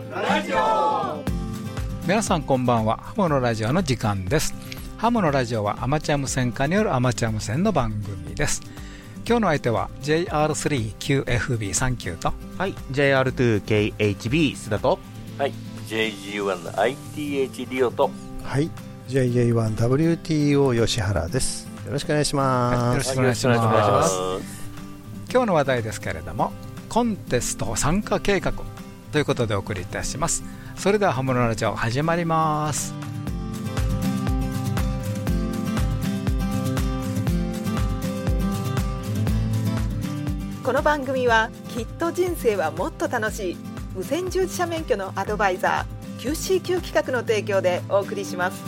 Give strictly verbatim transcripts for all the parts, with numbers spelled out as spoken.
ラジオ。 皆さんこんばんは。ハモのラジオの時間です。ハモのラジオはアマチュア無線化によるアマチュア無線の番組です。今日の相手は ジェイアールスリーキューエフビーさんじゅうきゅう と、 はい、ジェイアールツーケーエイチビー 須田と、 はい、ジェイジーワン アイティーエイチ リオと、 はい、ジェイジェイワンダブリューティーオー 吉原です。よろしくお願いします。 はい、よろしくお願いします。今日の話題ですけれども、コンテスト参加計画ということでお送りいたします。それではハモのラジオ始まります。 この番組はきっと人生はもっと楽しい無線従事者免許のアドバイザー キューシーキュー 企画の提供でお送りします。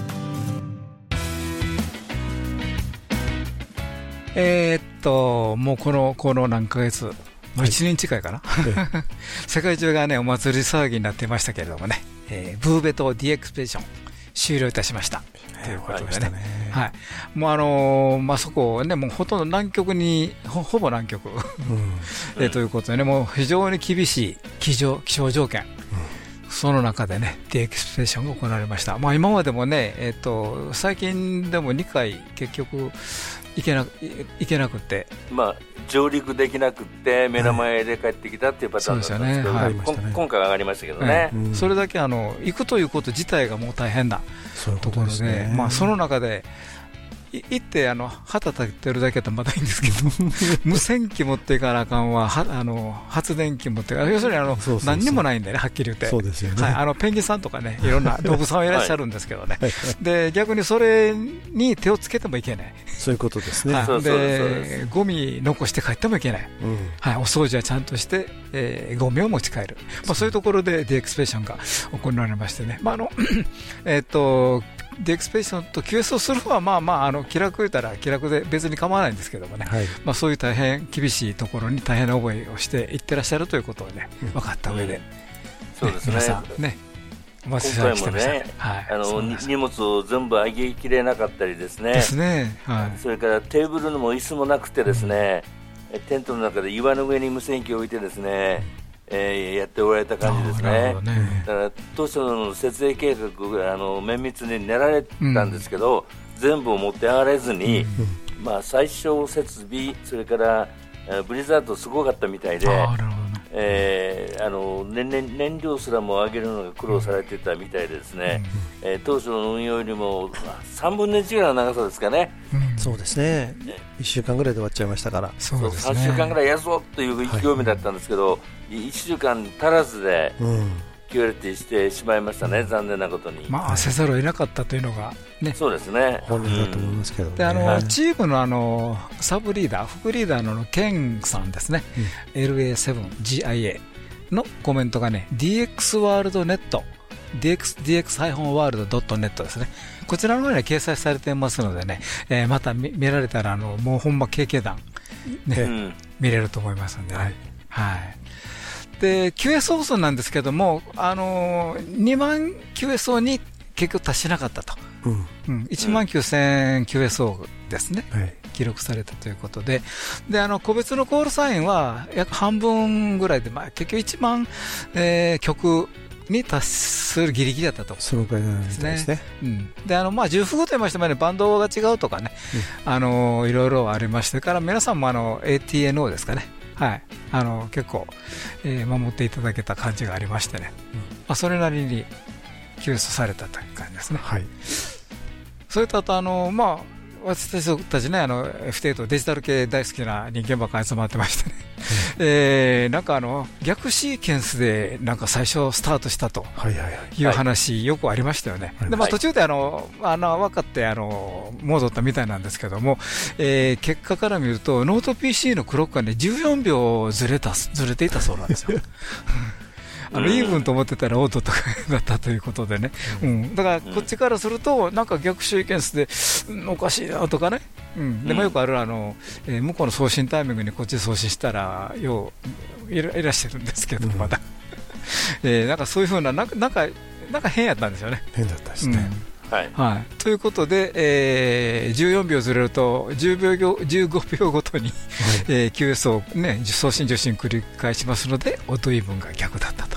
えー、っともうこのこの何ヶ月、もういちねん近いかな、はい、世界中がねお祭り騒ぎになっていましたけれどもね、えー、ブーベト ディーエクスペディション終了いたしましたということですね。はい、もうあのーまあ、そこねもうほとんど南極に ほ, ほぼ南極、うんえー、ということでねもう非常に厳しい気象気象条件、うん、その中でねディーエクスペディションが行われました。まあ、今までもね、えー、と最近でもにかい結局行けな行けなくて、 まあ、上陸できなくて目の前で帰ってきたっていうパターンだったんですけど、はいねはい、今回上がりましたけどね、 うん、それだけあの行くということ自体がもう大変なところ で, そ, で、ねまあ、その中で行ってあの旗立てるだけだとまだいいんですけど無線機持っていかなあかんわ、はあの発電機持っていかな、要するにあのそうそうそう何にもないんでね、はっきり言って。そうですよね、はい、あのペンギンさんとかねいろんな動物さんはいらっしゃるんですけどね、はい、で逆にそれに手をつけてもいけない、 そういうことですね、 はい、でゴミ残して帰ってもいけない、うんはい、お掃除はちゃんとして、えー、ゴミを持ち帰る、まあ、そういうところでディエクスペディションが行われましてね、まああのえっとディエクスペディションと キューエス をするのはまあまああの気楽言ったら気楽で別に構わないんですけどもね、はいまあ、そういう大変厳しいところに大変な覚えをしていってらっしゃるということをね、うん、分かった上で、うん、 そうですね、 皆さんねお待ちしてましたね、 はい、あの荷物を全部上げきれなかったりですね、 ですね、はい、 それからテーブルのも椅子もなくてですね、うん、テントの中で岩の上に無線機を置いてですね、えー、やっておられた感じです ね, ねだから当初の設営計画あの綿密に練られたんですけど、うん、全部を持って上がれずに、うんまあ、最小設備それから、えー、ブリザードすごかったみたいで、あ、えー、あの 燃, 燃料すらも上げるのが苦労されてたみたいでですね、うんえー、当初の運用よりもさんぶんのいちぐらいの長さですかね、 うん、そうですね、いっしゅうかんぐらいで終わっちゃいましたから、 そうですね、さんしゅうかんぐらいやるぞという意気込みだったんですけど、はい、いっしゅうかん足らずで、うんキュアリティしてしまいましたね、残念なことに、 まあ、せざるを得なかったというのが、ね、 そうですね、 本音だと思いますけど、ねであのはい、 チーム の, あのサブリーダー副リーダー の, のケンさんですね、うん、エルエーセブンジーアイエー のコメントがね ディーエックス ワールドネット ディーエックス ディーエックス ワールド ドット ネット ですね、こちらの方には掲載されていますのでね、えー、また 見, 見られたらあのもうほんま経験談、ねうん、見れると思いますので、ねはいはいで キューエス 放送なんですけども、あのー、にまん キューエスオー に結局達しなかったと、うんうん、いちまんきゅうせん キューエスオー ですね、はい、記録されたということで、であの個別のコールサインは約半分ぐらいで、まあ、結局いちまん、えー、曲に達するギリギリだったと、 そのくらいなんですね。ですね、 うん、であのまあ重複ごと言いましても、ね、バンドが違うとかね、うん、あのいろいろありましてから、皆さんもあの エーティーエヌオー ですかね、はい、あの結構、えー、守っていただけた感じがありましてね、うんまあ、それなりに救出されたという感じですね、はい、それとあとあの、まあ、私たちねあの エフティーエイト デジタル系大好きな人間ばっかり集まってましてね、うんえー、なんかあの逆シーケンスでなんか最初スタートしたという話、はいはい、よくありましたよね、はいでまあ、途中であのあの分かってあの戻ったみたいなんですけども、えー、結果から見るとノート ピーシー のクロックが、ね、じゅうよんびょうずれたずれていたそうなんですよあのイーブンと思ってたらオートとかだったということでね、うん、だからこっちからするとなんか逆シーケンスでおかしいなとかね、うん、でもよくあるあの、えー、向こうの送信タイミングにこっち送信したらようい ら, いらっしゃるんですけどまだ、うんえー、なんかそういうふうななんかなんかなんか変やったんですよね。 変だったですね、 うんはいはい、ということで、えー、じゅうよんびょうずれるとじゅうびょうじゅうごびょうごとに、はいえー、キューエス を、ね、送信受信繰り返しますのでオートイーブンが逆だったと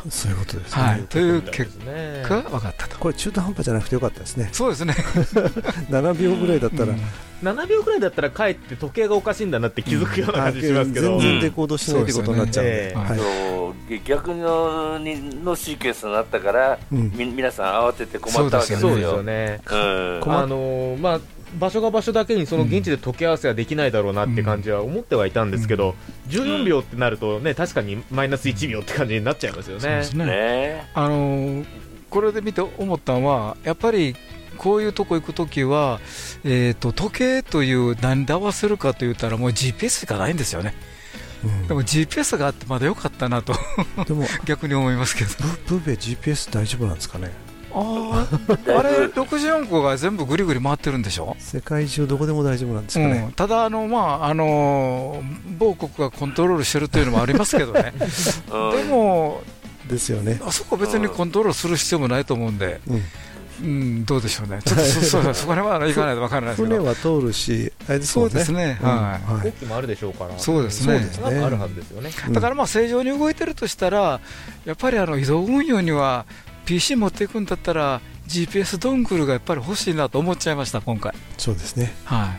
そういうことですね、 はい、という結果分かったと。 これ中途半端じゃなくてよかったですね。 そうですねななびょうぐらいだったら、うん、 ななびょうぐらいだったらかえって時計がおかしいんだなって気づくような感じしますけど、 うん、全然レコードしないってことになっちゃうんで、 うんはい、逆ののシーケンスになったから、うん、み皆さん慌てて困ったわけですよ。 そうですよね、うん、あのーまあ場所が場所だけにその現地で解き合わせはできないだろうなって感じは思ってはいたんですけど、うん、じゅうよんびょうってなるとね、確かにマイナスいちびょうって感じになっちゃいますよね。そうですね、 ね、あのー、これで見て思ったのはやっぱりこういうとこ行くときは、えーと、時計という何で合わせるかと言ったらもう ジーピーエス しかないんですよね、うん、でも ジーピーエス があってまだ良かったなとでも逆に思いますけど、 ブーベ ジーピーエス 大丈夫なんですかね。 あ, あれろくじゅうよんこが全部ぐりぐり回ってるんでしょ。 世界中どこでも大丈夫なんですかね、 うん、ただあの、まあ、あの某国がコントロールしてるというのもありますけどねでもですよね、 あそこ別にコントロールする必要もないと思うんで、うんうん、どうでしょうね、ちょっと そ, そ, そこには行かないと分からないですけど、 船は通るし、あれですもんね、 そうですね、 うんはい、飛行機もあるでしょうから、 そうですね、 そうですね、あるはずですよね、 だからまあ正常に動いてるとしたら、やっぱりあの移動運用には ピーシー 持っていくんだったら、ジーピーエス ドングルがやっぱり欲しいなと思っちゃいました、今回。 そうですね、 はい、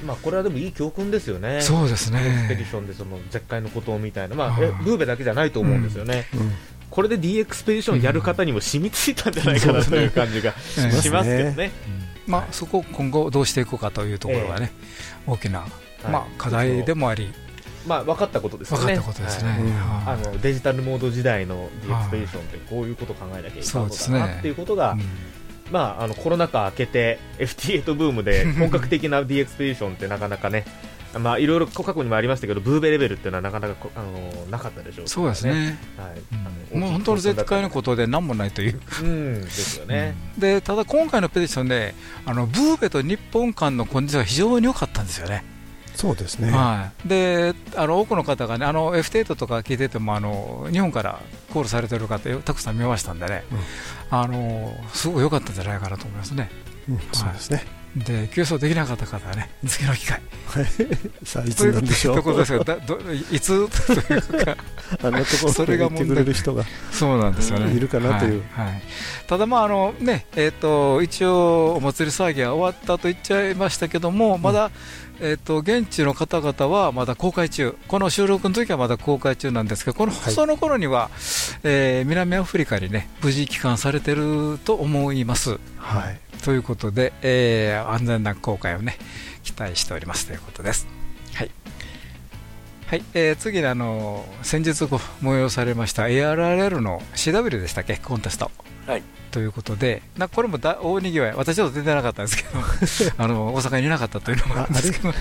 まあ、これはでもいい教訓ですよね。 そうですね、 エクスペディションでその絶海の孤島みたいな、まあ、えブーベだけじゃないと思うんですよね、うんうん、これで D エクスペディションやる方にも染みついたんじゃないかなという感じがしますけどね、 まあ、そこを今後どうしていくかというところがね、えー、大きな、まあ、課題でもあり、 まあ、分かったことですね。 分かったことですね、はい、 あのデジタルモード時代の D エクスペディションってこういうことを考えなきゃいけないのだなっていうことが、まあ、あのコロナ禍明けて エフティーエイト ブームで本格的な D エクスペディションってなかなかねまあいろいろ過去にもありましたけど、ブーベレベルっていうのはなかなかあのなかったでしょう、ね、 そうですね、はい、あのもう本当に絶対のことで何もないという、 うんですよね、 うん、でただ今回のペディションであのブーベと日本間のコンディションが非常に良かったんですよね。 そうですね、 はい、であの多くの方が、ね、あの エフティーエイト とか聞いててもあの日本からコールされてる方たくさん見ましたんでね、うん、あのすごく良かったんじゃないかなと思いますね、 うん、そうですね、はいで急走できなかった方はね、次の機会さあいつなんでしょうということですが、だどいつというかあんなところに行ってくれる人がそうなんですよね、 いるかなという、 はいはい、ただまああのね、えー、と一応お祭り騒ぎは終わったと言っちゃいましたけども、まだ、うんえー、と現地の方々はまだ公開中、この収録の時はまだ公開中なんですけど、この放送の頃には、はいえー、南アフリカにね無事帰還されてると思います、はい、ということで、えー、安全な公開をね期待しておりますということです。はい、はいえー、次にあの先日催されました エーアールアールエル の シーダブリュー でしたっけ、コンテスト、はいということで、なこれもだ大にぎわい、私ちょっと出てなかったんですけどあの大阪にいなかったというのもあるんですけど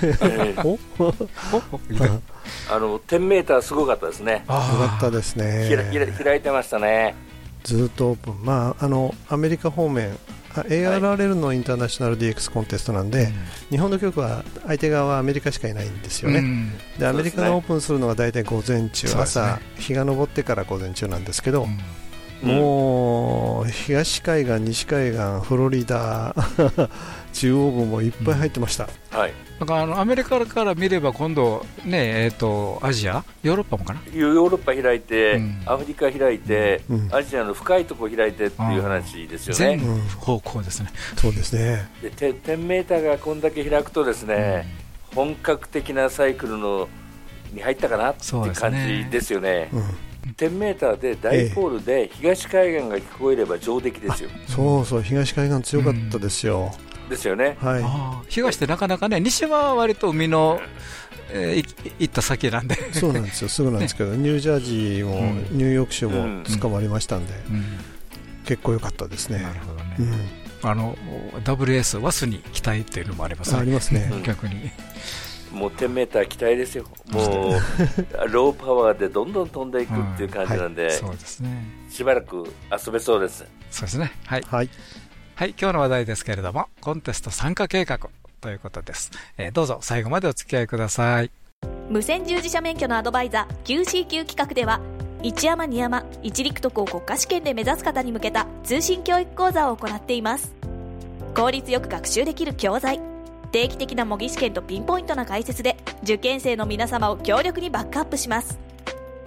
あのじゅうメーターすごかったですね。 すごかったですね。 ひらひら開いてましたね。 ずっとオープン、まあ、あのアメリカ方面 エーアールアールエル のインターナショナル ディーエックス コンテストなんで、はい、日本の局は相手側はアメリカしかいないんですよね、うん、でアメリカがオープンするのが大体午前中、ね、朝、日が昇ってから午前中なんですけど、うんもう東海岸、西海岸、フロリダ中央部もいっぱい入ってました、 うんはい、 だからあのアメリカから見れば今度、ねえー、とアジア、ヨーロッパもかな、 ヨーロッパ開いて、うん、アフリカ開いて、うん、アジアの深いところ開いてっていう話ですよね。 全方向ですね。 そうですね。 でじゅうメーターがこんだけ開くとですね、うん、本格的なサイクルのに入ったかなっていう感じですよね。じゅうメーターでダイポールで東海岸が聞こえれば上出来ですよ、ええ、そうそう東海岸強かったですよ、 うん、ですよね、 はい、あ東ってなかなかね、西は割と海の、えー、行った先なんでそうなんですよ、すぐなんですけど、ね、ニュージャージーも、うん、ニューヨーク州も捕まりましたんで、うんうん、結構良かったですね。 なるほどね、うん、あの ダブリューエス ワスに期待っていうのもありますね。 ありますね、 逆にもうじゅうメーター期待ですよ。もうローパワーでどんどん飛んでいくっていう感じなんで、はい、そうですね、しばらく遊べそうです。 そうですね、はい、はいはい、今日の話題ですけれども、コンテスト参加計画ということです、えー、どうぞ最後までお付き合いください。 無線従事者免許のアドバイザー キューシーキュー 企画では、一山二山一陸徳を国家試験で目指す方に向けた通信教育講座を行っています。効率よく学習できる教材、定期的な模擬試験とピンポイントな解説で受験生の皆様を強力にバックアップします。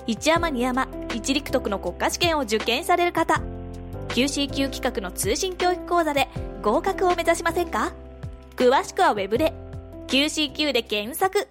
一山二山一陸徳の国家試験を受験される方、 キューシーキュー 企画の通信教育講座で合格を目指しませんか？詳しくはウェブで キューシーキュー で検索。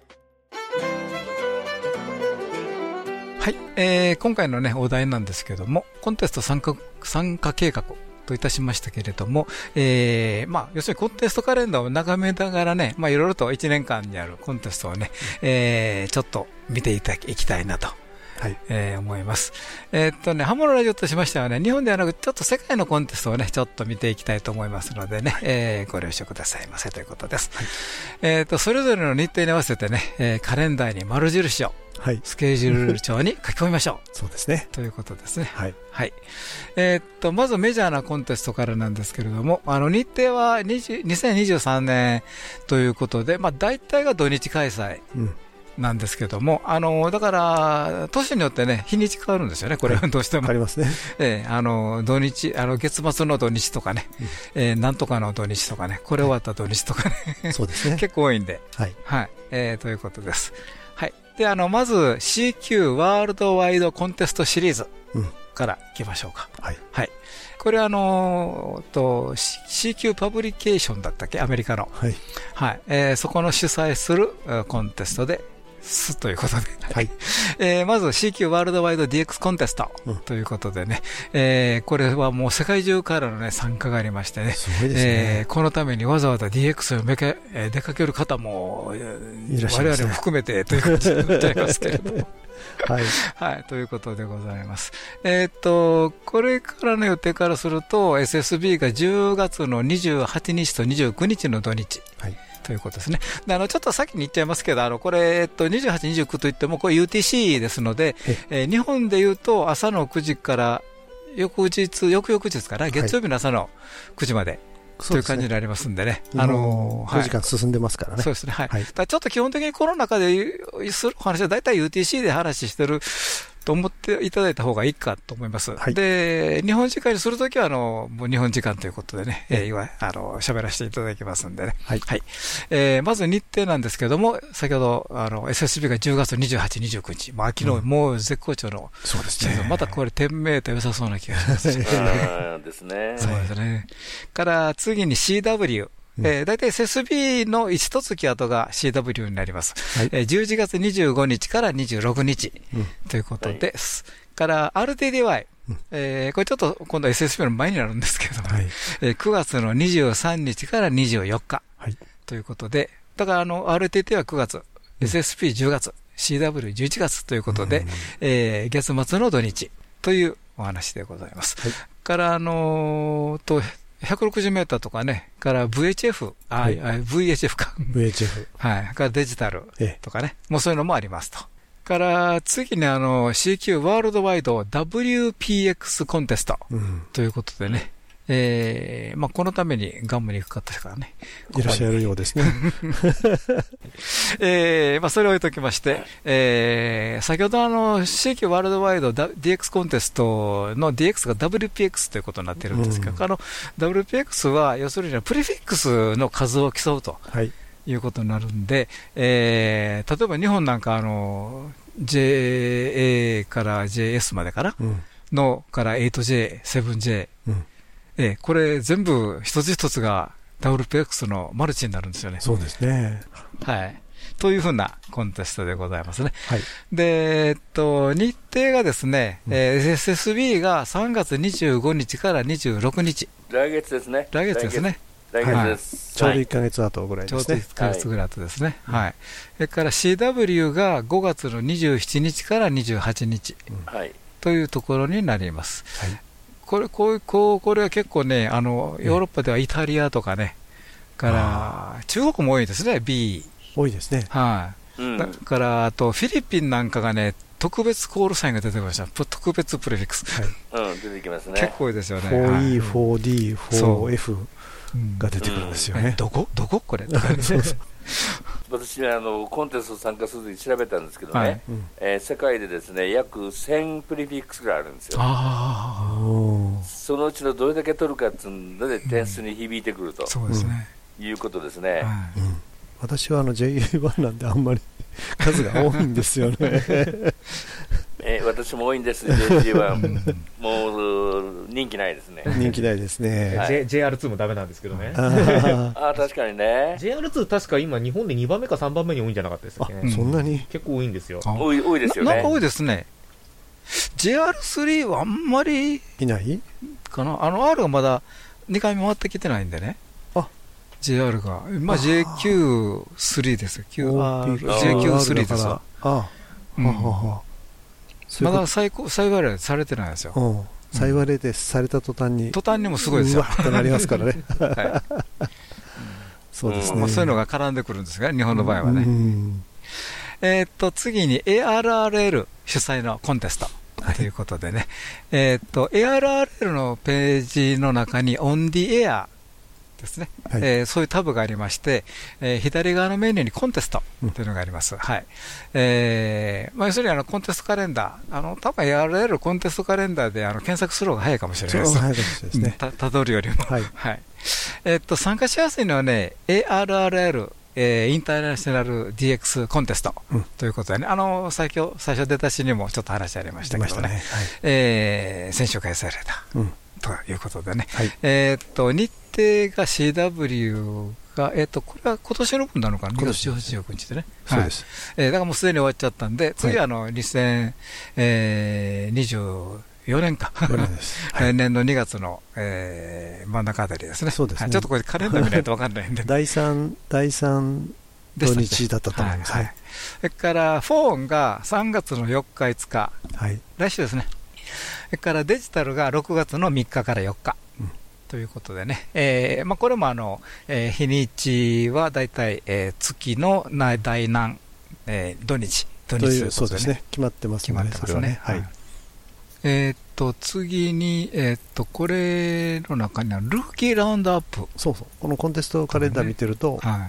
はい、えー、今回のねお題なんですけども、コンテスト参加参加計画といたしましたけれども、えー、まあ要するにコンテストカレンダーを眺めながらね、まあいろいろといちねんかんにあるコンテストをね、えー、ちょっと見ていただきたいなと。はい、えー、思います。えー、っとね、ハモのラジオとしましてはね、日本ではなく、ちょっと世界のコンテストをね、ちょっと見ていきたいと思いますのでね、えー、ご了承くださいませということです。はい、えー、っと、それぞれの日程に合わせてね、えー、カレンダーに丸印を、はい、スケジュール帳に書き込みましょう。 そうですね。 ということですね。はい。はい。えー、っと、まずメジャーなコンテストからなんですけれども、あの、日程はにせんにじゅうさんねんということで、まあ、大体が土日開催。うんなんですけども、あのだから都市によってね日にち変わるんですよね、これはどうしても。 ありますね。 えー、あの土日、あの月末の土日とかね、うん、えー、なんとかの土日とかね、これ終わった土日とかね、そうですね。結構多いんで、はい、はい、えー、ということです。はい。で、あのまず シーキュー ワールドワイドコンテストシリーズからいきましょうか。うん、はい。はい。これはあのー、と シーキュー パブリケーションだったっけ、アメリカの。はい。はい。えー、そこの主催するコンテストで。すということで、はい、えー、まず シーキュー ワールドワイド ディーエックス コンテストということでね、うん、えー、これはもう世界中からの、ね、参加がありましてね、すごいですね、えー、このためにわざわざ ディーエックス をめか、えー、出かける方もいらっしゃいますね、我々も含めてということになっちゃいますけれども。はい、はい、ということでございます。えー、っとこれからの予定からすると エスエスビー がじゅうがつのにじゅうはちにちとにじゅうくにちの土日、はいということですね。で、あのちょっと先に言っちゃいますけど、あのこれ、えっと、にじゅうはち、にじゅうくといってもこれ ユーティーシー ですので、えー、日本でいうと朝のくじから翌日、翌々日から月曜日の朝のくじまで、はい、という感じになりますんでね。あのー、ごじかん進んでますからね。 そうですね。はい。はい、だちょっと基本的にこの中でするお話は大体 ユーティーシー で話してると思っていただいた方がいいかと思います。はい、で、日本時間にするときは、あの、もう日本時間ということでね、えー、今、あの、喋らせていただきますんでね。はい。はい。えー、まず日程なんですけども、先ほど、あの、エスエスビー がじゅうがつにじゅうはち、にじゅうくにち、まあ、昨日、うん、もう絶好調の、そうですね。またこれ、店名と良さそうな気がします。 あですね。 そうですね。から、次に シーダブリュー。えー、大体 エスエスビー の一月後が シーダブリュー になります。はい、えー、じゅういちがつにじゅうごにちからにじゅうろくにち、うん、ということです。はい、から アールティーディーワイ、うん、えー、これちょっと今度は エスエスビー の前になるんですけども、はい、えー、くがつのにじゅうさんにちからにじゅうよっか、はい、ということで、だからあの アールティーディー はくがつ、うん、エスエスピーじゅうがつ、シーダブリューじゅういちがつということで、うん、えー、月末の土日というお話でございます。はい、からあのー、とひゃくろくじゅうメーターとかね、から ブイエイチエフ、はい、あ ブイエイチエフ か。 ブイエイチエフ。 はい。からデジタルとかね、もうそういうのもありますと。から次にあの シーキュー ワールドワイド ダブリューピーエックス コンテストということでね、えーまあ、このためにガムに行く方からね、 いらっしゃるようですね。 えーまあ、それを置いときまして、えー、先ほどあの シーキュー ワールドワイド ディーエックス コンテストの ディーエックス が ダブリューピーエックス ということになっているんですけど、うん、あの ダブリューピーエックス は要するにプレフィックスの数を競うと。はいいうことになるんで、えー、例えば日本なんかあの ジェーエー から ジェーエス までかな、うん、のから エイトジェー、セブンジェー、うんえー、これ全部一つ一つが ダブリューピーエックス のマルチになるんですよね。 そうですね。 はい。というふうなコンテストでございますね。はい、で、えっと、日程がですね、うんえー、エスエスビー がさんがつにじゅうごにちからにじゅうろくにち。 来月ですね。 来月ですね。 来月です。 ちょうどいっかげつごぐらいですね。 ちょうどいっかげつぐらい後ですね。はい。はい、それから シーダブリュー がごがつのにじゅうしちにちからにじゅうはちにち、はい、というところになります。はい、これ、こう、こう、これは結構ね、あの、ヨーロッパではイタリアとかね、から、中国も多いですね、B。 多いですね。 はい。うん、だから、あと、フィリピンなんかがね、特別コールサインが出てきました。特別プレフィックス。 はい。うん、出てきますね。 結構多いですよね。 フォーイー、フォーディー、フォーエフ。が出てくるんですよね。うん、 どこどここれそうそう私はあのコンテスト参加するときに調べたんですけどね、はいうんえー、世界でですね約せんプレフィックスぐらいあるんですよ。あそのうちのどれだけ取るかっていうので点数に響いてくると、うん、そうですねいうことですね。 はいうん、私はあの ジェイエーワン なんであんまり数が多いんですよね。 ええー、私も多いんです、ジェイジー は。もう人気ないですね。 人気ないですね。 はい、ジェイアールツー もダメなんですけどね。 ああ、確かにね。 ジェイアールツー 確か今日本でにばんめかさんばんめに多いんじゃなかったですかね。 あ、そんなに結構多いんですよ。 多い、多いですよね。 ななんか多いですね。ジェイアールスリー はあんまりいないかな。あの R がまだにかいめ回ってきてないんでね。 あ、 ジェイアール が。まあ ジェイキュースリー ですよ。ジェイキュースリー ですわ。 ああ、はは。 まだ再再割れされてないんですよ。 うん、再割れでされた途端に、 途端にもすごいですよ。 うわっとなりますからね。はい、そうですね、 まあ、そういうのが絡んでくるんですが、日本の場合はね。えー、っと次に エーアールアールエル 主催のコンテストということでね、はい、えー、っと エーアールアールエル のページの中に On the Airですね、はい、えー、そういうタブがありまして、えー、左側のメニューにコンテストというのがあります。うん、はい、えーまあ、要するにあのコンテストカレンダー、あの多分 エーアールエル コンテストカレンダーであの検索する方が早いかもしれないです。 早いかもしれないですね。 たたどるよりも、はいはい、えー、っと参加しやすいのはね エーアールアールエルえー、インターナショナル ディーエックス コンテストということでね、うん、あの最初、最初出たしにもちょっと話ありましたけどね、ね、はい、えー、先週開催された、うん、ということでね、はい、えー、っと日程が シーダブリュー が、えー、っとこれは今年の分なのかな、にがつじゅうはち、じゅうくにちでね、 そうです、 はい、えー、だからもうすでに終わっちゃったんで、次はあの、はい、にせんにじゅうよねんか、来年のにがつの、えー、真ん中あたりですね。そうですね、はい、ちょっとこれカレンダー見ないと分かんないんでだいさん、だいさん土日だったと思います、はいはい、 それからフォーンがさんがつのよっか、いつか、はい、来週ですね。それからデジタルがろくがつのみっかからよっか、うん、ということでね、えーまあ、これもあの、えー、日にちはだいたい、えー、月の第何、えー、土日土日ということで、ね、 そうですね、決まってますね。 決まってますね。はい、はい、えー、っと次に、えー、っとこれの中にはルーキーラウンドアップ、 そうそう、このコンテストカレンダー見てると、ね、はい、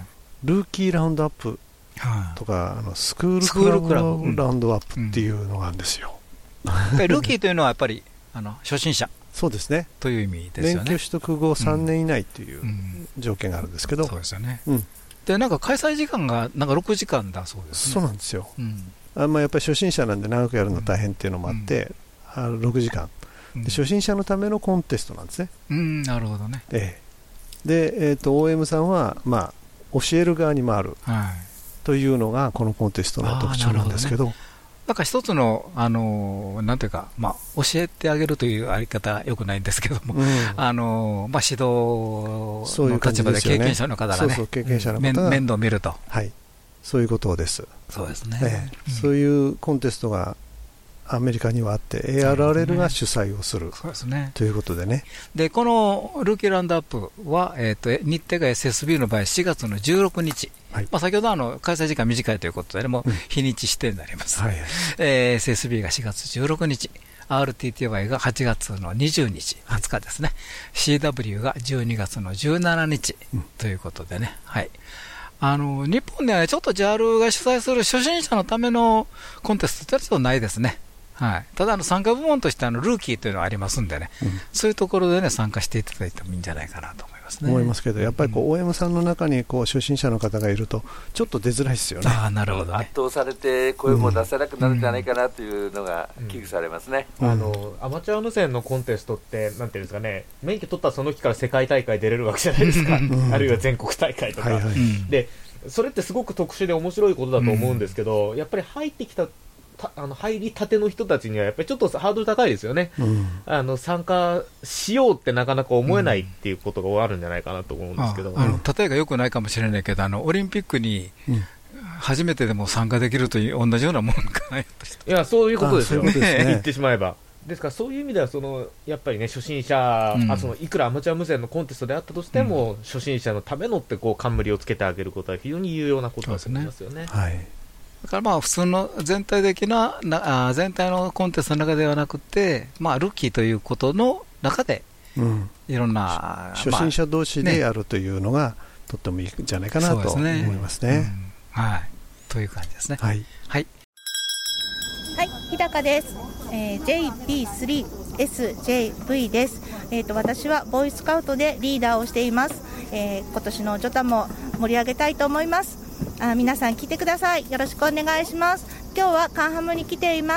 ルーキーラウンドアップとか、はい、あのスクールクラブラウンドアップっていうのがあるんですよ。 うんうん、ルーキーというのはやっぱりあの初心者、 そうですね、 という意味ですよね。 免許取得後さんねん以内という条件があるんですけど、うんうん、 そうですよね、うん、でなんか開催時間がなんかろくじかんだそうですね。 そうなんですよ、うん、あまあ、やっぱり初心者なんで長くやるの大変っていうのもあって、うん、あろくじかんで初心者のためのコンテストなんですね。 うん、なるほどね。 ええ、で、えー、と オーエム さんは、まあ、教える側に回る、はい、というのがこのコンテストの特徴なんですけど、 なんか一つの、あのなんていうか、まあ、教えてあげるというあり方はよくないんですけども、うん、あのまあ、指導の立場で経験者の方がね、 そうそう、経験者の方が面倒を見ると、 はい、そういうことです。 そうですね、 ええ、うん、そういうコンテストがアメリカにはあって、エーアールアールエル が主催をする、 そうですね、 ということでね。 でこのルーキーラウンドアップは、えー、と日程が エスエスビー の場合しがつのじゅうろくにち、はい、まあ、先ほどあの開催時間短いということで、ね、もう日にち指定になります、うん、はいはい、えー、エスエスビー がしがつじゅうろくにち、アールティーティーワイ がはちがつのにじゅうにち、はつかですね、シーダブリュー がじゅうにがつのじゅうしちにち、うん、ということでね、はい、あの日本では、ね、ちょっと ジャール が主催する初心者のためのコンテストってちょっとないですね。はい、ただあの参加部門としてあのルーキーというのはありますんでね、うん、そういうところで、ね、参加していただいてもいいんじゃないかなと思いますね。 思いますけど、やっぱりこう、うん、オーエム さんの中にこう初心者の方がいるとちょっと出づらいですよね。 あ、なるほどね。 圧倒されて声も出せなくなるんじゃないかなというのが危惧されますね。 うんうん、あのアマチュア無線のコンテストってなんていうんですかね、免許取ったその日から世界大会出れるわけじゃないですか、うん、あるいは全国大会とか、はいはい、でそれってすごく特殊で面白いことだと思うんですけど、うん、やっぱり入ってきたあの入りたての人たちにはやっぱりちょっとハードル高いですよね、うん、あの参加しようってなかなか思えないっていうことがあるんじゃないかなと思うんですけど、うん、 ああの例えがよくないかもしれないけど、あのオリンピックに初めてでも参加できるという同じようなもんかない。 いや、そういうことですよね、言ってしまえば。ですからそういう意味ではそのやっぱりね、初心者、うん、あそのいくらアマチュア無線のコンテストであったとしても、うん、初心者のためのってこう冠をつけてあげることは非常に有用なことだと思いますよね。はい、 だからまあ普通の全体的なな全体のコンテストの中ではなくて、まあ、ルーキーということの中で、うん、いろんな初心者同士でやるというのが、ね、とってもいいんじゃないかなと思いますね。 うん、はい、という感じですね。はい、はいはい、日高です。えー、ジェイビースリーエスジェイブイ です。えーと、私はボーイスカウトでリーダーをしています。えー、今年のジョタも盛り上げたいと思います。あ、皆さん来てください。よろしくお願いします。今日はカンハムに来ています。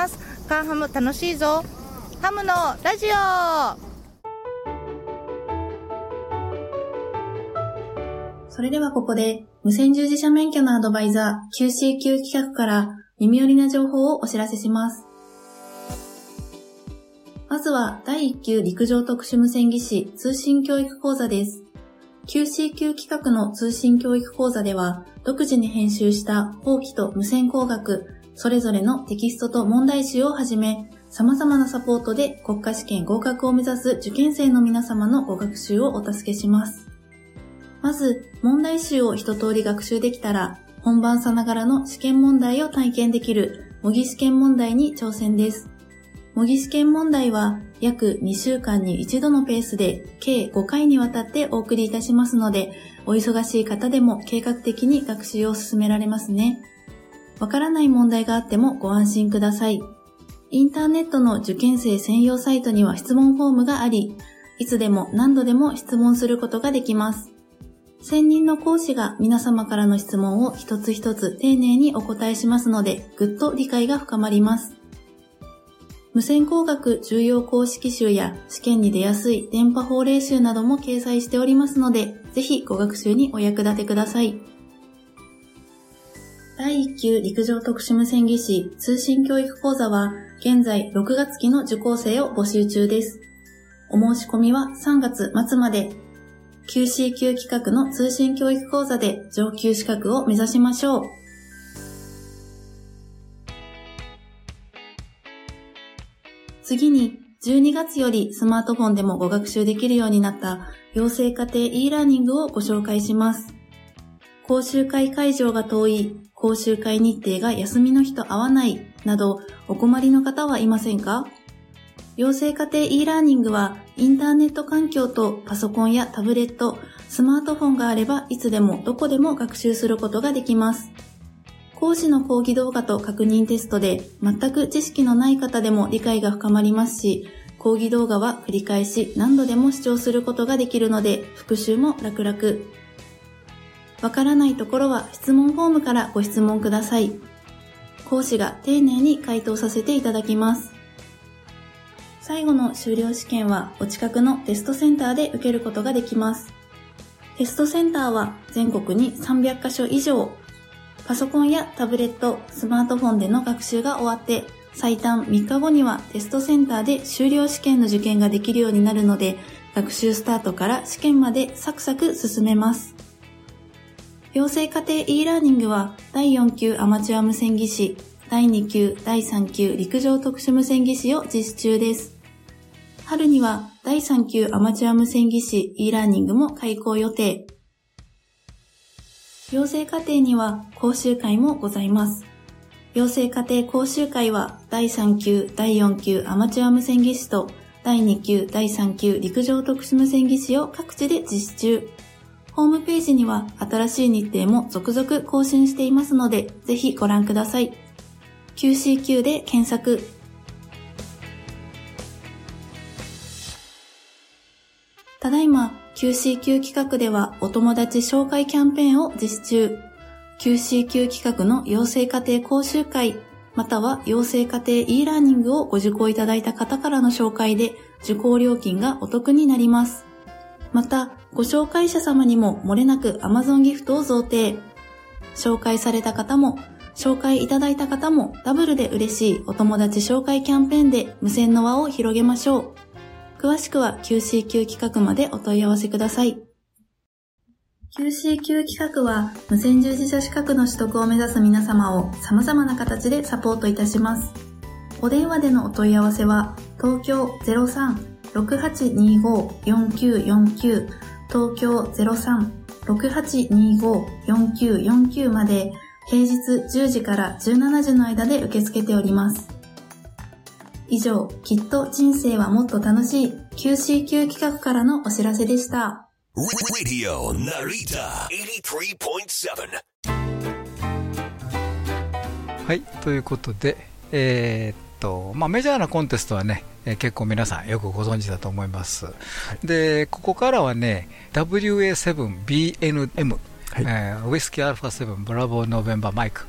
カンハム楽しいぞ。ハムのラジオ。 それではここで無線従事者免許のアドバイザー キューシーキュー 企画から耳寄りな情報をお知らせします。まずはだいいっ級陸上特殊無線技師通信教育講座です。キューシーキュー 企画の通信教育講座では、独自に編集した法規と無線工学、それぞれのテキストと問題集をはじめ、様々なサポートで国家試験合格を目指す受験生の皆様のご学習をお助けします。まず、問題集を一通り学習できたら、本番さながらの試験問題を体験できる模擬試験問題に挑戦です。模擬試験問題は約にしゅうかんに一度のペースで計ごかいにわたってお送りいたしますので、お忙しい方でも計画的に学習を進められますね。わからない問題があってもご安心ください。インターネットの受験生専用サイトには質問フォームがあり、いつでも何度でも質問することができます。専任の講師が皆様からの質問を一つ一つ丁寧にお答えしますので、ぐっと理解が深まります。無線工学重要公式集や試験に出やすい電波法令集なども掲載しておりますので、ぜひご学習にお役立てください。だいいっ級陸上特殊無線技師通信教育講座は、現在ろくがつ期の受講生を募集中です。お申し込みはさんがつ末まで。キューシーキュー 企画の通信教育講座で上級資格を目指しましょう。次に、じゅうにがつよりスマートフォンでもご学習できるようになった養成家庭 e ラーニングをご紹介します。講習会会場が遠い、講習会日程が休みの日と合わないなどお困りの方はいませんか？養成家庭 e ラーニングはインターネット環境とパソコンやタブレット、スマートフォンがあればいつでもどこでも学習することができます。講師の講義動画と確認テストで全く知識のない方でも理解が深まりますし、講義動画は繰り返し何度でも視聴することができるので復習も楽々。わからないところは質問フォームからご質問ください。講師が丁寧に回答させていただきます。最後の修了試験はお近くのテストセンターで受けることができます。テストセンターは全国にさんびゃっかしょ以上。パソコンやタブレット、スマートフォンでの学習が終わって、最短みっかごにはテストセンターで修了試験の受験ができるようになるので、学習スタートから試験までサクサク進めます。養成家庭 e ラーニングはだいよん級アマチュア無線技師、だいに級、だいさん級陸上特殊無線技師を実施中です。春にはだいさん級アマチュア無線技師 e ラーニングも開講予定。養成課程には講習会もございます。養成課程講習会はだいさん級、だいよん級アマチュア無線技師とだいに級、だいさん級陸上特殊無線技師を各地で実施中。ホームページには新しい日程も続々更新していますので、ぜひご覧ください。キューシーキュー で検索。ただいま キューシーキュー 企画ではお友達紹介キャンペーンを実施中。キューシーキュー 企画の養成家庭講習会、または養成家庭 e ラーニングをご受講いただいた方からの紹介で受講料金がお得になります。また、ご紹介者様にも漏れなく Amazon ギフトを贈呈。紹介された方も、紹介いただいた方もダブルで嬉しいお友達紹介キャンペーンで無線の輪を広げましょう。詳しくは キューシーキュー 企画までお問い合わせください。キューシーキュー 企画は無線従事者資格の取得を目指す皆様を様々な形でサポートいたします。お電話でのお問い合わせは東京 ゼロさん ろくはちにご よんきゅうよんきゅう 東京 ゼロさん ろくはちにご よんきゅうよんきゅう まで平日じゅうじからじゅうしちじの間で受け付けております。以上、きっと人生はもっと楽しい キューシーキュー 企画からのお知らせでした。 Radio Narita はちじゅうさんてんななはい、ということで、えー、っと、まあ、メジャーなコンテストはね、えー、結構皆さんよくご存知だと思います。はい、で、ここからはね、ダブリューエーセブンビーエヌエム、はい、えー、ウイスキーアルファセブンブラボーノベンバーマイク、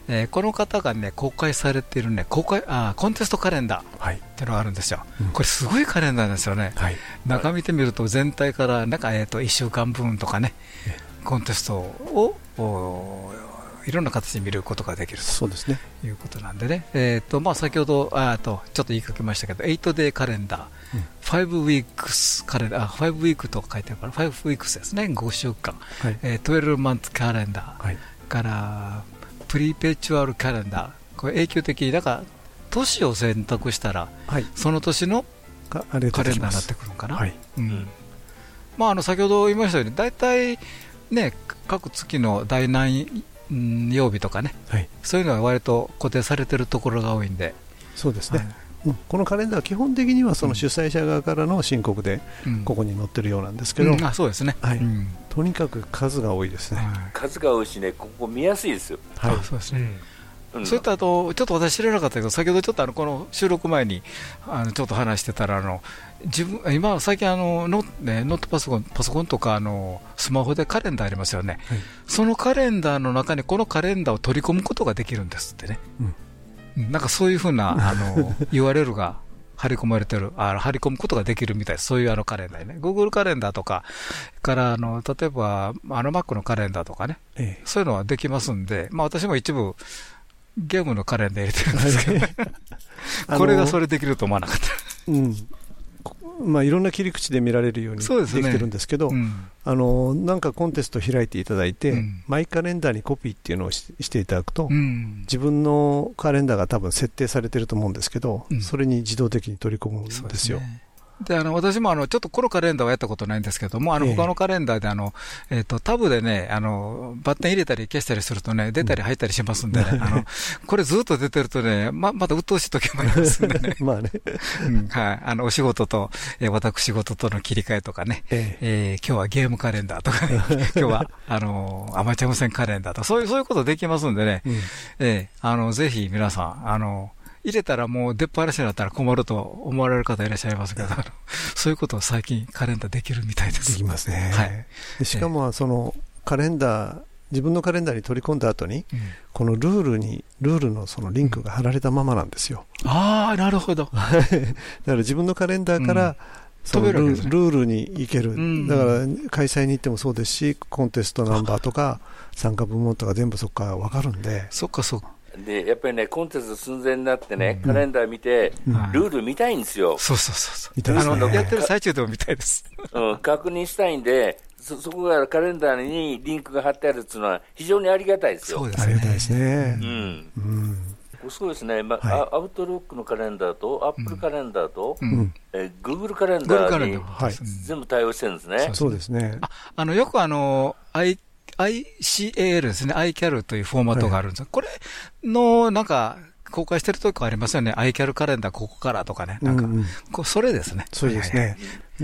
えー、この方がね公開されているね公開あコンテストカレンダーっていうのがあるんですよ、はい、これすごいカレンダーですよね、はい、中見てみると全体からなんか、えー、といっしゅうかんぶんとかねコンテストをいろんな形で見ることができるとそうです、ね、いうことなんでね、えーとまあ、先ほどあとちょっと言いかけましたけどエイトデーカレンダー、うん、ファイブウィークスカレンダーあファイブウィークと書いてあるからファイブウィークスですねごしゅうかん、はいえー、トゥエルブマンツカレンダー、はい、からプリペチュアルカレンダーこれ永久的だから年を選択したら、はい、その年のカレンダーになってくるのかな、はいうんまあ、あの先ほど言いましたように大体ね各月の第何曜日とかね、はい、そういうのは割と固定されているところが多いんでそうですね、はいうん、このカレンダーは基本的にはその主催者側からの申告でここに載ってるようなんですけど、 うんうん、あそうですね、はいうん、 とにかく数が多いですね、はい、 数が多いしねここ見やすいですよ、 はい、そうですね、うん、それとあとちょっと私知らなかったけど先ほどちょっとあのこの収録前にあのちょっと話してたらあの自分今最近あのノ、ね、ノートパソコンパソコンとかあのスマホでカレンダーありますよね、はい、そのカレンダーの中にこのカレンダーを取り込むことができるんですってね、うん、なんかそういうふうなあの ユーアールエル が張り込まれてるあ張り込むことができるみたいです。そういうあのカレンダーね Google カレンダーとかからあの例えばあの Mac のカレンダーとかね、ええ、そういうのはできますんで、まあ、私も一部ゲームのカレンダー入れてるんですけど、ね、これがそれできると思わなかった、 うんまあ、いろんな切り口で見られるようにできてるんですけど、ねうん、あのなんかコンテスト開いていただいて、うん、マイカレンダーにコピーっていうのを し, していただくと、うん、自分のカレンダーが多分設定されてると思うんですけど、うん、それに自動的に取り込むんですよ。 であの私もあのちょっとこのカレンダーはやったことないんですけども、あの他のカレンダーであの、えー、とタブでねあのバッテン入れたり消したりするとね出たり入ったりしますんでね、うん、あのこれずっと出てるとね ま, また鬱陶しい時もありますんでねまあね、 うんはい、あのお仕事と、えー、私仕事との切り替えとかね、えーえー、今日はゲームカレンダーとかね今日はあのアマチュア無線カレンダーとかそういうそういうことできますんでね、うんえー、あのぜひ皆さんあの入れたらもう出っ放しになったら困ると思われる方いらっしゃいますけど、そういうことを最近カレンダーできるみたいです。 できますね。はい、でしかもそのカレンダー、自分のカレンダーに取り込んだ後に、うん、このルールにルールのそのリンクが貼られたままなんですよ。 うん、ああ、なるほど。 だから自分のカレンダーから、うんその ル, ルールに行ける、うん、だから開催に行ってもそうですし、コンテストナンバーとか参加部門とか全部そこから分かるんで。 そっかそっか。 でやっぱりねコンテスト寸前になってね、うん、カレンダー見て、うん、ルール見たいんですよ。 そうそうそうそう見たいですね。あのやってる最中でも見たいです、 うん、確認したいんで そ, そこがカレンダーにリンクが貼ってあるっていうのは非常にありがたいですよ。 そうですね、ありがたいですね、 うんうんそうですね、まあはい、アウトロックのカレンダーとアップルカレンダーと、うんえー、Google カレンダーに全部対応してるんですね。はい、 そうですね。 ああのよくあの Iアイシーエーエル ですね、アイキャル というフォーマットがあるんです、はい、これのなんか公開してるとこありますよね、アイキャル カレンダーここからとかね、なんか、うんうん、こうそれですね。 そうですね、はいはいはい、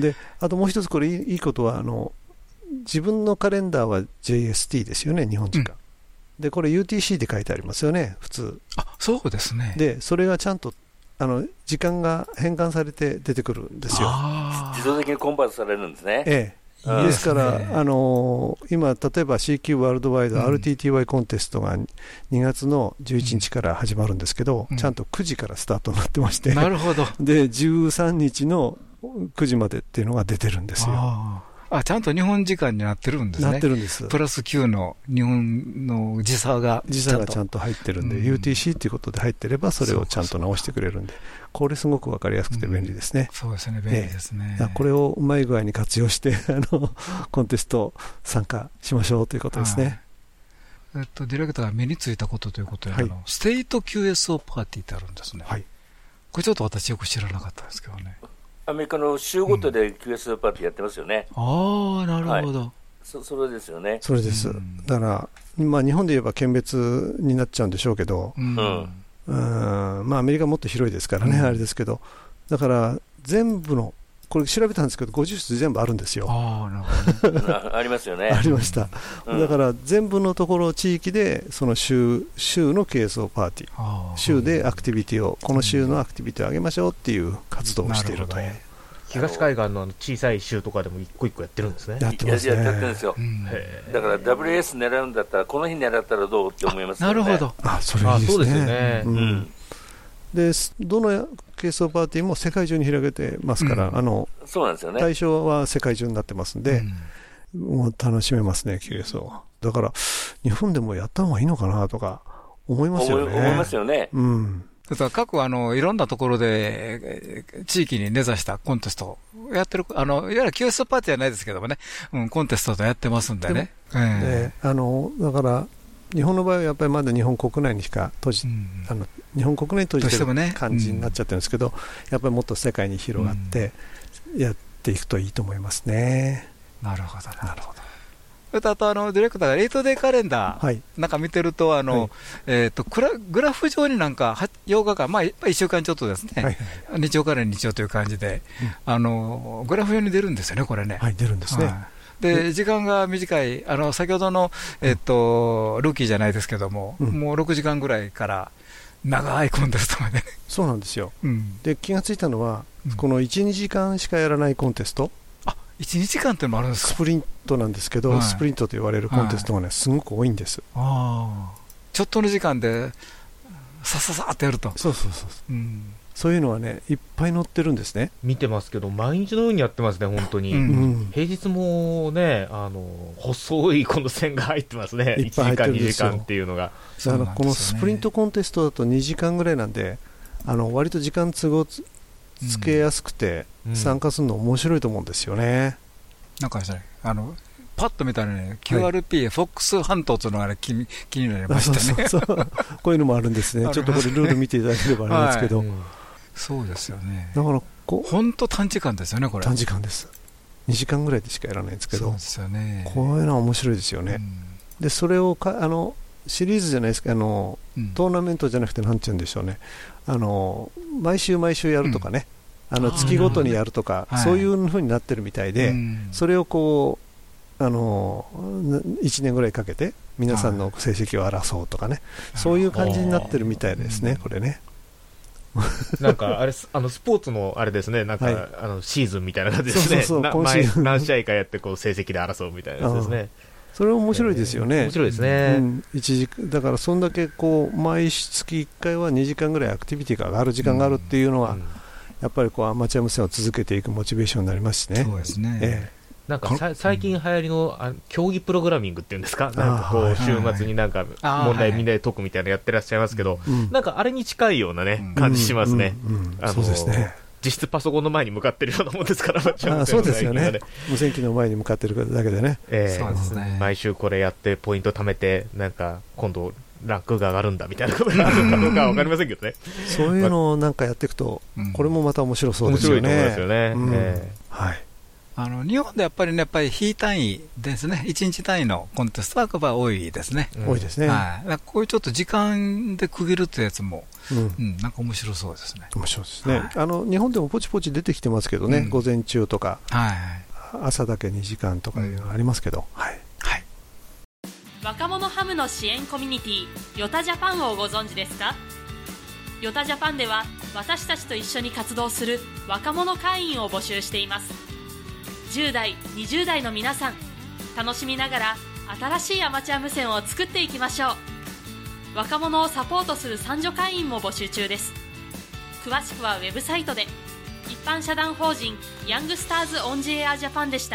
であともう一つこれいいことはあの自分のカレンダーは ジェイエスティー ですよね、日本時間、うん、でこれ ユーティーシー で書いてありますよね普通。 あそうですね。 でそれがちゃんとあの時間が変換されて出てくるんですよ。 自動的にコンバートされるんですね。 ええですから、あのー、今、例えば シーキュー ワールドワイド アールティーティーワイ コンテストがにがつのじゅういちにちから始まるんですけど、うん、ちゃんとくじからスタートになってまして、 なるほど。 でじゅうさんにちのくじまでっていうのが出てるんですよ。 ああ、ちゃんと日本時間になってるんですね。 なってるんです。 プラスきゅうの日本の時差が時差がちゃんと入ってるんで、うん、ユーティーシー ということで入ってればそれをちゃんと直してくれるんで、これすごく分かりやすくて便利ですね。 うん、そうですね、便利ですね。 ええ、これをうまい具合に活用してあのコンテスト参加しましょうということですね。 えっと、ディレクターが目についたことということで、はい、あのステイト キューエスオー パーティーってあるんですね。はい、これちょっと私よく知らなかったですけどね。 アメリカの州ごとで キューエスオー パーティーやってますよね。 うん、ああ、なるほど。はい、 そ, それですよね。 それです。うん、だから、まあ、日本で言えば県別になっちゃうんでしょうけど、うんうんまあ、アメリカもっと広いですからね、うん、あれですけど、だから全部の、これ調べたんですけど、ごじゅっしゅ全部あるんですよ。 あ, なるほどありますよね。 ありました、うん、だから全部のところ、地域で、その州、州の キューエスオー パーティー、州でアクティビティを、この州のアクティビティを上げましょうっていう活動をしているという。 東海岸の小さい州とかでも一個一個やってるんですね。 やってますね。 やってるんですよ、うん、だから ダブリューエス 狙うんだったらこの日狙ったらどうって思いますよね。 なるほど。 あ、それいいですね。 あ、そうですよね、 うんうん、でどのケーエスオーパーティーも世界中に広げてますから、うん、あのそうなんですよね。 対象は世界中になってますんで、うん、もう楽しめますね キューエスオー は。だから日本でもやった方がいいのかなとか思いますよね。 思いますよね。 うん。 だから各あのいろんなところで地域に根ざしたコンテストをやってる、あのいわゆる キューエスオー パーティーじゃないですけどもね、うん、コンテストとやってますんでね。 で、えー、あのだから日本の場合はやっぱりまだ日本国内にしか閉じ、うん、あの日本国内に閉じてる感じになっちゃってるんですけど、ね、うん、やっぱりもっと世界に広がってやっていくといいと思いますね。 うん、なるほどなるほど。あとあのディレクターがエイトデーカレンダー、はい、なんか見てると、あの、はい、えー、とグラグラフ上になんかようかかん、まあ、いっしゅうかんちょっとですね、はい、日曜から日曜という感じで、うん、あのグラフ上に出るんですよね、これね。 はい、出るんですね。はい、 で時間が短い、あの先ほどの、えー、とルーキーじゃないですけども、うん、もうろくじかんぐらいから長いコンテストまで、ね、 そうなんですよ。うん、で気がついたのは、うん、このいち、にじかんしかやらないコンテスト、 いちにちかんっていうのもあるんですか。 スプリントなんですけど、はい、スプリントと言われるコンテストがね、はい、すごく多いんです。 あ、ちょっとの時間でさささってやると。 そうそうそう、うん、そういうのはねいっぱい載ってるんですね。 見てますけど毎日のようにやってますね、本当に、うん、平日もね、あの細いこの線が入ってますね。いっぱい入ってるんですよ。いちじかんにじかんっていうのが。 だからこのスプリントコンテストだとにじかんぐらいなんで、あの割と時間都合つつけやすくて、うん、参加するの面白いと思うんですよね。 なんかですね、あのパッと見たらね、キューアールピー、はい、フォックス半島というのが、ね、気, 気になりましたね。 そうそうそうこういうのもあるんですね。ちょっとこれルール見ていただければあれなんですけど、はい、 そうですよね。 だからこう本当短時間ですよね、これ。 短時間です。にじかんぐらいでしかやらないんですけど、 そうですよね。 こういうのは面白いですよね。うん、でそれをかあのシリーズじゃないですか、あの、うん、トーナメントじゃなくてなんて言うんでしょうね、あの毎週毎週やるとかね、うん、あの月ごとにやるとか、そういう風になってるみたいで、はい、それをこうあのいちねんぐらいかけて皆さんの成績を争うとかね、そういう感じになってるみたいですね、これね。 なんかあれあのスポーツのあれですね、なんか、はい、あのシーズンみたいな感じですね。そうそうそう、な前何試合かやってこう成績で争うみたいなやつですね。 それは面白いですよね。 えー、面白いですね。うん、 一時だからそんだけこう毎月いっかいはにじかんぐらいアクティビティが上がる時間があるっていうのは、うん、やっぱりこうアマチュア無線を続けていくモチベーションになりますしね。 そうですね。えーなんかさ最近流行りのあ競技プログラミングっていうんですか、なんかこう週末になんか問題みんなで解くみたいなのやってらっしゃいますけど、なんかあれに近いようなね感じしますね。 そうですね。 実質パソコンの前に向かってるようなもんですから、 あそうですよね。無線機の前に向かってるだけでね。 えー、そうですね。毎週これやってポイント貯めてなんか今度ランクが上がるんだみたいなことがあるかどうかは分かりませんけどね。 そういうのをなんかやっていくと、これもまた面白そうですよね。 面白いと思いますよね。うんえー、はい。 あの日本でやっぱりね、やっぱり日単位ですね、いちにち単位のコンテストはやっぱり多いですね。 うん、多いですね。 はい。こういうちょっと時間で区切るってやつも、うんうん、なんか面白そうですね。 面白いですね。はい、あの日本でもポチポチ出てきてますけどね、うん、午前中とか、はい、朝だけにじかんとかいうのありますけど、うん、はい。はい。 若者ハムの支援コミュニティヨタジャパンをご存知ですか？ヨタジャパンでは私たちと一緒に活動する若者会員を募集しています。じゅう代、にじゅう代の皆さん、楽しみながら新しいアマチュア無線を作っていきましょう。若者をサポートする参助会員も募集中です。詳しくはウェブサイトで。一般社団法人ヤングスターズオンジエアジャパンでした。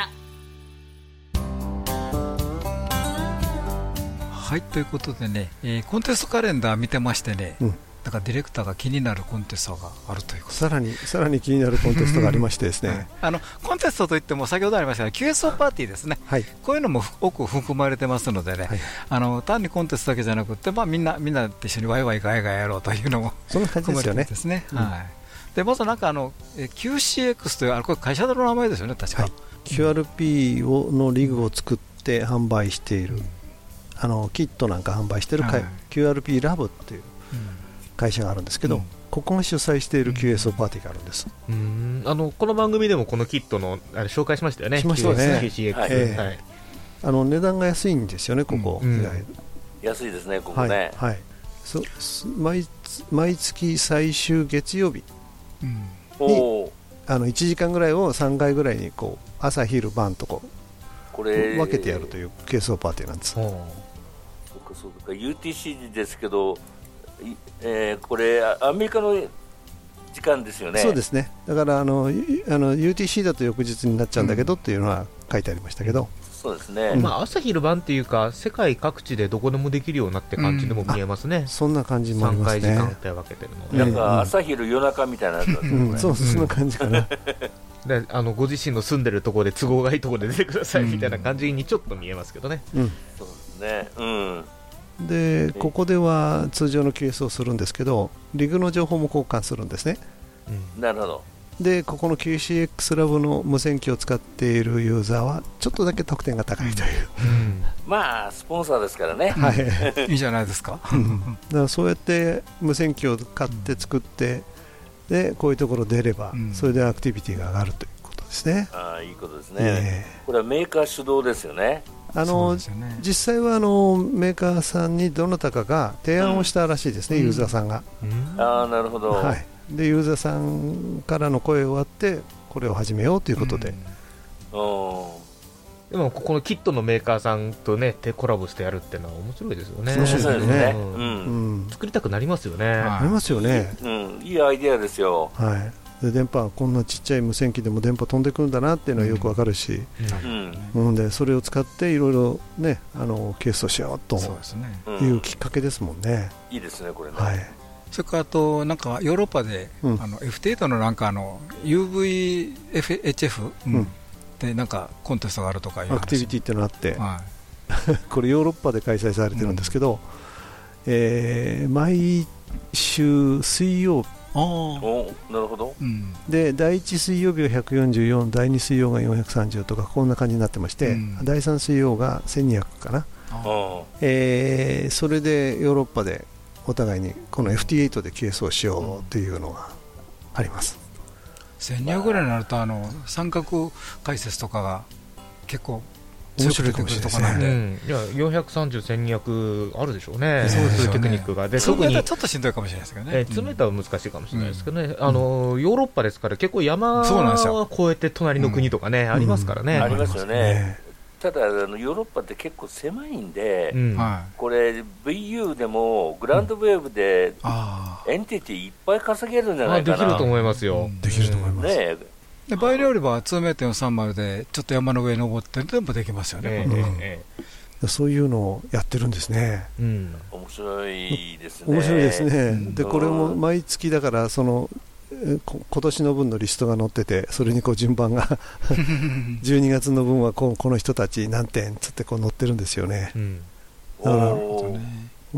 はい、ということでね、えー、コンテストカレンダー見てましてね、うん、だからディレクターが気になるコンテストがあるということで、 さらにさらに気になるコンテストがありましてですね、はい、 あのコンテストといっても先ほどありましたが キューエスオー パーティーですね、はい、こういうのも多く含まれてますのでね、はい、あの単にコンテストだけじゃなくて、まあ、みんなみんなで一緒にワイワイガヤガヤやろうというのもそんな感じですよね。 ですね、うん、はい、でまずなんかあの キューシーエックス というあれこれ会社の名前ですよね、確か、はい、 キューアールピー をのリグを作って販売している、うん、あのキットなんか販売している、はい、キューアールピー ラブっていう会社があるんですけど、うん、ここが主催している キューエスオー パーティーがあるんです。 うん、あのこの番組でもこのキットのあれ紹介しましたよね。 しましたね。 キューシーエックス、 えーはい、あの値段が安いんですよね、ここ、うんうん、 安いですね、ここね、 はいはい、そ 毎, 毎月最終月曜日にあのいちじかんぐらいをさんかいぐらいにこう朝昼晩とこうこれ分けてやるというケースオパーティーなんです。 そうかそうか ユーティーシー ですけど、えー、これアメリカの時間ですよね。 そうですね。だからあのあの ユーティーシー だと翌日になっちゃうんだけどっていうのは書いてありましたけど、 そうですね、 うん、まあ、朝昼晩っていうか世界各地でどこでもできるようになって感じでも見えますね、うん、 そんな感じもありますね。 さんかい時間って分けてるので、 なんか朝昼夜中みたいなやつですね、うん、 そうそんな感じかなであのご自身の住んでるところで都合がいいところで出てくださいみたいな感じにちょっと見えますけどね、 うん、そうですね、うん、 でここでは通常の キューエス をするんですけどリグの情報も交換するんですね、 うん、なるほど。 でここの キューシーエックス ラブの無線機を使っているユーザーはちょっとだけ得点が高いという、 うん、まあスポンサーですからね、 はい、 いいじゃないですかだからそうやって無線機を買って作って、うん、でこういうところ出れば、うん、それでアクティビティが上がるということですね。 ああいいことですね、えー、これはメーカー主導ですよね。 あの、ね、実際はあのメーカーさんにどなたかが提案をしたらしいですね、うん、ユーザーさんが、 うん、ああなるほど、 はい、でユーザーさんからの声をあってこれを始めようということで、 うん、 でもここのキットのメーカーさんとね手コラボしてやるっていうのは面白いですよね。 面白いですね、 うんうん、作りたくなりますよね、はい、 なりますよね、 うん、いいアイデアですよ、 はい、で電波こんなちっちゃい無線機でも電波飛んでくるんだなっていうのはよくわかるし、うんうん、でそれを使っていろいろねあのケースをしようというきっかけですもんね。 いいですねこれね、 はい、 それからあとなんかヨーロッパで、うん、あの エフティーエイト のなんかあの ユーブイエイチエフ、うん、でなんかコンテストがあるとかいう話、 アクティビティっていうのがあって、 はい、 これヨーロッパで開催されてるんですけど、うんえー、毎週水曜日おなるほど、 うん、でだいいち水曜日がひゃくよんじゅうよん、だいに水曜がよんひゃくさんじゅうとかこんな感じになってまして、うん、だいさん水曜がせんにひゃくかな、えー、それでヨーロッパでお互いにこの エフティーエイト でケースをしようというのがあります。 せんにひゃくぐらいになるとあの三角解説とかが結構強く出てくるとかなんで、うん、 いやよんひゃくさんじゅう、せんにひゃくあるでしょうね、そういうテクニックがで特にちょっとしんどいかもしれないですけどね、 えー、詰めたら難しいかもしれないですけどね、うん、あのヨーロッパですから結構山を越えて隣の国とかね、うん、ありますからね、 うん、ありますよね。ただあのヨーロッパって結構狭いんで、うん、これ ブイユー でもグランドウェーブでエンティティいっぱい稼げるんじゃないかな。 できると思いますよ、うん、 できると思います、ね、 で場合によれば にメートルさんじゅう でちょっと山の上に登って全部できますよね、えーうんえー、そういうのをやってるんですね、 うん、面白いですね。 面白いですね、うん、でこれも毎月だからその今年の分のリストが載っててそれにこう順番がじゅうにがつの分はこうこの人たち何点つってこう載ってるんですよね、うん、だから、うん、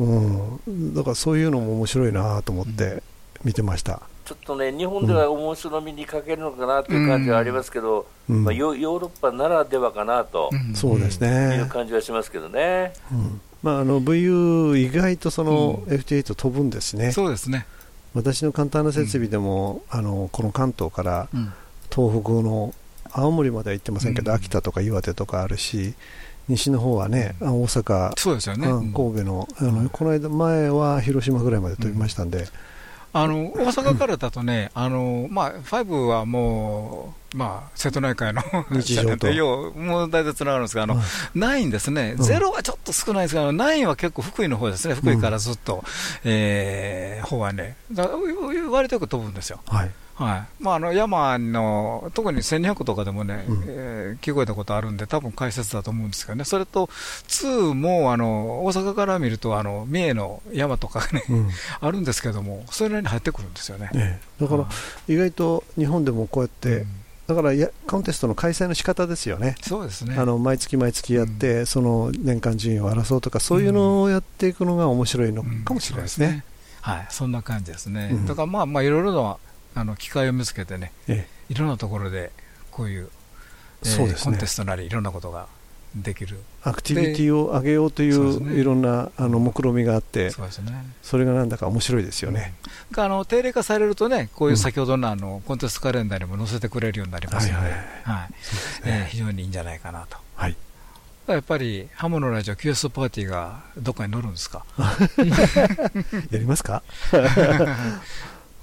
だからそういうのも面白いなと思って見てました、うん、 ちょっとね日本では面白みに欠けるのかなという感じはありますけど、うんまあ、ヨ, ヨーロッパならではかなと、 うん、そうですねいう感じはしますけどね、 うんまあ、あの ブイユー 意外とその エフティーエイト 飛ぶんですね、 うん、そうですね。 私の簡単な設備でも、うん、あのこの関東から東北の青森までは行ってませんけど、うん、秋田とか岩手とかあるし西の方はね、うん、大阪、 そうですよね、 うん、神戸の、あのこの間前は広島ぐらいまで飛びましたんで、うんあの大阪からだとね、あのまあ、ごはもう、まあ、瀬戸内海の日常とようもう大体つながるんですが、あの、うん、ナインですね、うん、ゼロはちょっと少ないですが、ナインは結構福井の方ですね、福井からずっと、うんえー、方はね、だ割とよく飛ぶんですよ。はいはいまあ、あの山の特にせんにひゃくとかでもね、うんえー、聞こえたことあるんで多分解説だと思うんですけどね。それとにもあの大阪から見るとあの三重の山とかね、うん、あるんですけどもそれなりに入ってくるんですよね、 ねだから意外と日本でもこうやって、うん、だからやコンテストの開催の仕方ですよね。 そうですね。 あの毎月毎月やって、うん、その年間順位を争うとかそういうのをやっていくのが面白いのかもしれないですね、うんうん、 はい、そんな感じですね、うん、だからまあまあいろいろなあの機会を見つけてね、ええ、いろんなところでこういう、えーそうですね、コンテストなりいろんなことができるアクティビティを上げようという、ね、いろんなあの目論みがあって そうですね、それがなんだか面白いですよね、 うん、あの定例化されるとねこういう先ほどの、あのコンテストカレンダーにも載せてくれるようになりますので非常にいいんじゃないかなと、はい、やっぱりハモのラジオ キューエス パーティーがどっかに乗るんですかやりますか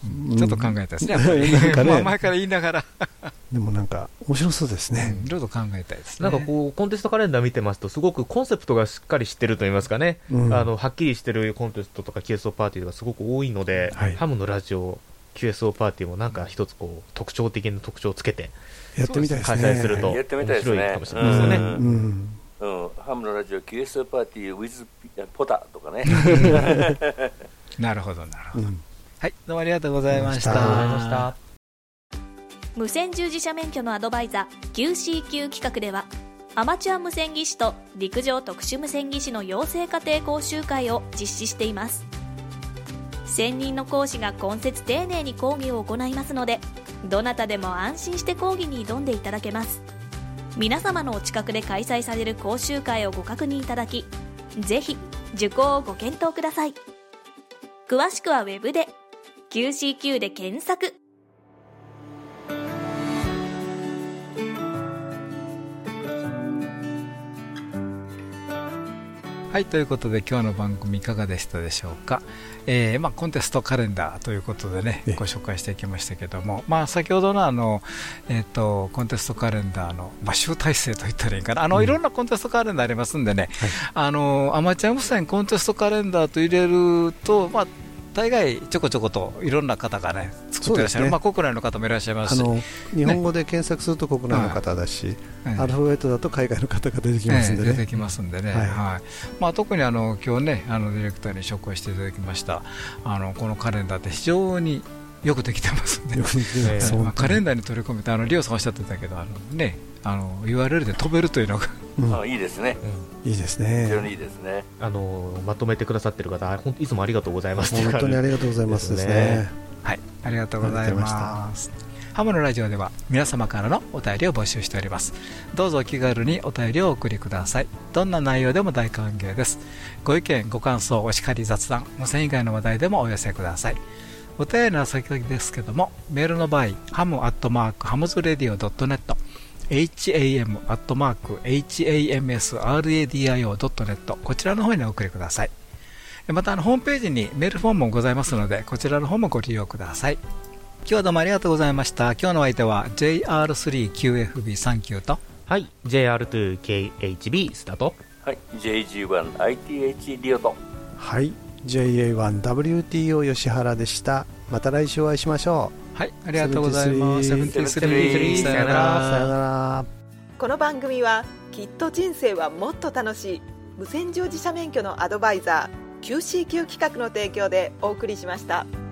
ちょっと考えたいですね、やっぱりなんかね、まあ前から言いながらでもなんか面白そうですね、 いろいろと考えたいですね。なんかこうコンテストカレンダー見てますとすごくコンセプトがしっかりしてると言いますかね、うん、あのはっきりしてるコンテストとか キューエスオー パーティーがすごく多いので、はい、ハムのラジオ キューエスオー パーティーもなんか一つこう特徴的な特徴をつけてやってみたいですね。 開催すると面白いかもしれないですよね。うんうん、ハムのラジオ キューエスオー パーティー with ポタとかねなるほどなるほど、うん、はい、どうもありがとうございました。 無線従事者免許のアドバイザー キューシーキュー 企画ではアマチュア無線技師と陸上特殊無線技師の養成家庭講習会を実施しています。専任の講師が今節丁寧に講義を行いますので、どなたでも安心して講義に挑んでいただけます。皆様のお近くで開催される講習会をご確認いただき、ぜひ受講をご検討ください。詳しくはウェブで キューシーキュー で検索。 はい、ということで今日の番組いかがでしたでしょうか。えーまあ、コンテストカレンダーということでねご紹介していきましたけども、まあ、先ほどのあの、えー、とコンテストカレンダーの、まあ、集大成といったらいいかな、あの、うん、いろんなコンテストカレンダーありますんでね、はい、あのアマチュア無線コンテストカレンダーと入れると、まあ大概ちょこちょこといろんな方がね作ってらっしゃる、ね、まあ、国内の方もいらっしゃいますし、あの日本語で検索すると国内の方だし、ね、アルファベットだと海外の方が出てきますんでね、 ね、出てきますんでね、はいはい、まあ、特にあの今日ねあのディレクターに紹介していただきましたあのこのカレンダーって非常によくできてますんで、まあ、カレンダーに取り込めて、あのリオさんおっしゃってたけど、あの、ね、あの ユーアールエル で飛べるというのが、 うん、あ、いいですね、 うん、いいですね、 非常にいいですね。 あのまとめてくださってる方、本当いつもありがとうございます。 本当にありがとうございますですね。 はい、ありがとうございます。ハムのラジオでは皆様からのお便りを募集しております。どうぞお気軽にお便りをお送りください。どんな内容でも大歓迎です。ご意見ご感想、お叱り雑談、無線以外の話題でもお寄せください。お便りの先ですけども、メールの場合、ハムアットマークハムズレディオドットネット、ham アットマーク hamsradio ドットネット、こちらの方にお送りください。またあのホームページにメールフォームもございますので、こちらの方もご利用ください。今日はどうもありがとうございました。今日のお相手は ジェイアールスリーキューエフビーさんきゅう と、 はい、ジェイアールツーケーエイチビー スタート、 はい、ジェイジーワンアイティーエイチ リオと、 はい、ジェイエーワンダブリューティーオー 吉原でした。また来週お会いしましょう。はい、ありがとうございます。 セブンティースリー、さよなら。さよなら。 この番組はきっと人生はもっと楽しい無線乗自社免許のアドバイザー キューシーキュー 企画の提供でお送りしました。